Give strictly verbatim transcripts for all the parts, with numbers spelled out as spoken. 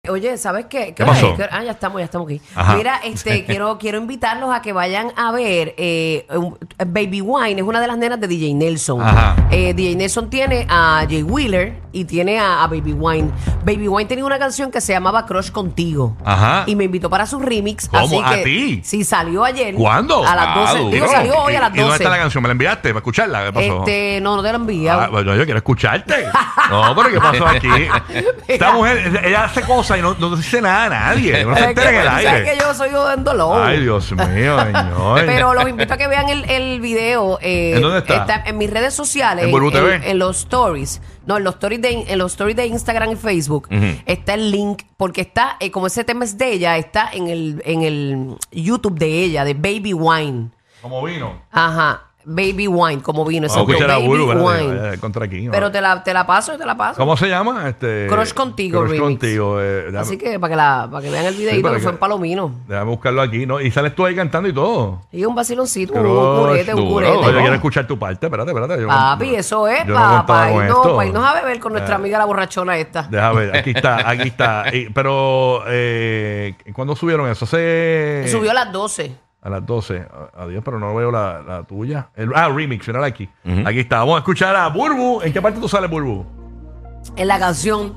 Oye, ¿sabes qué? ¿Qué pasó? Ay, ah, ya estamos, ya estamos aquí. Ajá. Mira, este, quiero, quiero invitarlos a que vayan a ver eh, un- Baby Wine, es una de las nenas de D J Nelson. Ajá. Eh, D J Nelson tiene a Jay Wheeler y tiene a, a Baby Wine. Baby Wine tenía una canción que se llamaba Crush Contigo. Ajá. Y me invitó para su remix. ¿Cómo? Así ¿A que, ti? Sí, salió ayer. ¿Cuándo? A las Ah, doce. Digo, duro. salió hoy a las ¿Y, y dónde doce. está la canción? ¿Me la enviaste para escucharla? ¿Qué pasó? Este, no, no te lo envié. Ah, bueno, yo quiero escucharte. No, pero ¿qué pasó aquí? Esta mujer, ella hace cosas y no, no dice nada a nadie. No se Es entera en que, el tú sabes aire. que yo soy un dolor. Ay, Dios mío, señor. Pero los invito a que vean el, el video. eh, ¿En dónde está? En mis redes sociales. ¿En Burbu T V? En, en los stories. No, en los stories de, en los stories de Instagram y Facebook. Ujú. Está el link. Porque está, eh, como ese tema es de ella, está en el, en el YouTube de ella, de Baby Wine. ¿Cómo vino? Ajá. Baby Wine, como vino. Vamos a exacto, escuchar a Baby Burbu, espérate, Wine. vaya, contra aquí. ¿no? Pero te la, te la paso, te la paso. ¿Cómo se llama? Este, Crush Contigo Crush remix. Contigo. Eh, déjame, Así que para que, la, para que vean el videito, para que fue que- en Palomino. déjame buscarlo aquí, ¿no? Y sales tú ahí cantando y todo. Y un vaciloncito, un Crush, curete, un duro. curete. Oye, ¿no? quiero escuchar tu parte. Espérate, espérate. Yo no- Papi, eso es yo no para contaba con irnos, esto. pa irnos a beber con nuestra Ah. amiga la borrachona esta. Deja ver, aquí está, aquí está. Y- pero, eh, ¿cuándo subieron eso? Hace... Subió a las doce. A las doce. A- Adiós, pero no veo la, la tuya. El- ah, remix, mira aquí. Aquí está. Vamos a escuchar a Burbu. ¿En qué parte tú sales, Burbu? En la canción.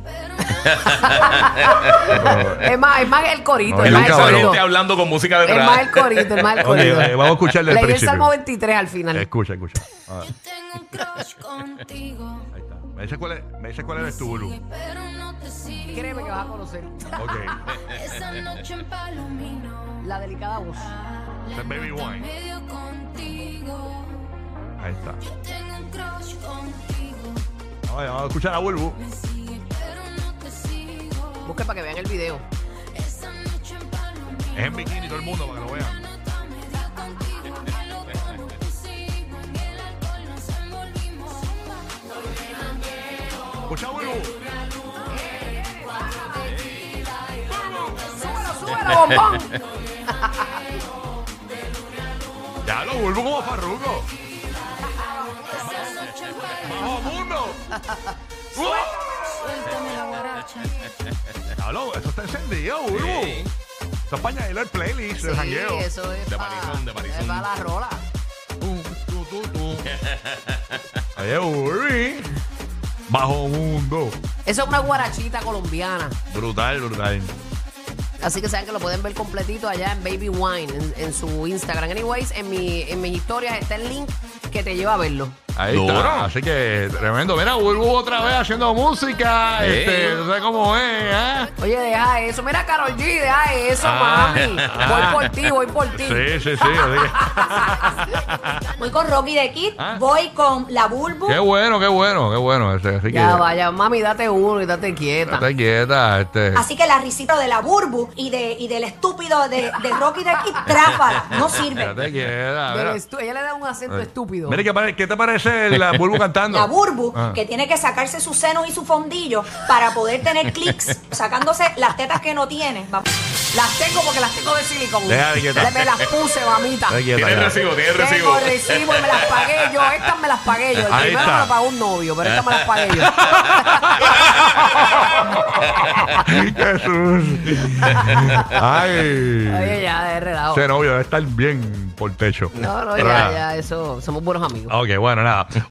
es, más, es más el corito. No, es yo más el nunca veo. corito. Gente hablando con música Es detrás. más el corito, es más el Ok, corito. eh, vamos a escuchar del Leí el principio. Salmo veintitrés al final. Escucha, escucha. A ver, Tengo un crush contigo, ahí está. ¿Me dices cuál, es, me dices cuál eres tú, Burbu? pero no te sigo. Créeme que vas a conocer Ok. Esa noche en Palomino, la delicada voz. Ese es Baby Wine. medio contigo. Ahí está. Tengo un crush contigo, Vamos, vamos a escuchar a Burbu. me sigue, pero no te sigo. Busque para que vean el video. Esa noche en Palomino, Es en bikini todo el mundo para que lo vean. nota medio contigo. Que lo que no pusimos en el alcohol nos envolvimos. Escucha a Burbu. ¡Súbelo, súbelo, bombón! Ya lo Burbu como farruco. ¡Bajo mundo! Suéltame la guaracha. Hablo, eso está encendido, Burbu. Sí. Esto es para añadirle el playlist del Sí, jangueo. eso es De pa- Parizón, de Parizón. Es para la rola. Tú, tú, tú, tú. Oye, Burbu. Bajo mundo. Eso es una guarachita colombiana. Brutal, brutal. Así que saben que lo pueden ver completito allá en Baby Wine, en, en su Instagram. Anyways, en, mi, en mis historias está el link que te lleva a verlo. Ahí Duro. está. Así que tremendo. Mira, Burbu otra vez haciendo música. Sí. Este, tú sabes cómo es, ¿eh? Oye, deja eso. Mira, Karol G, deja eso, Ah. mami. Voy por ti, voy por ti. Sí, sí, sí. Así Voy con Rocky de Kid, Ah. voy con la Bulbu. que- qué bueno, qué bueno, qué bueno. Este, así que Ya vaya, mami, date uno y date quieta. estate quieta. Este. Así que la risita de la Burbu y, de, y del estúpido de, de Rocky de Kid, trápala, no sirve. Estate quieta. Del Mira. estu- ella le da un acento estúpido. Mira, ¿qué, pare- qué te parece la Burbu cantando? La Burbu, Ah. que tiene que sacarse sus senos y su fondillo para poder tener clics, sacándose las tetas que no tiene. Va- Las tengo porque las tengo de silicón. Deja de quieta. Le- Me las puse, mamita. Estate quieta, Tiene ya. recibo, tiene recibo. Tengo recibo y me las pagué yo. Estas me las pagué yo. El Ahí primero está. me lo pagó un novio, pero estas me las pagué yo. Jesús. Ay. Oye, ya, de relajo. Ese novio debe estar bien por techo. No, no, Pero ya, nada. ya, eso. Somos buenos amigos. Ok, bueno, nada.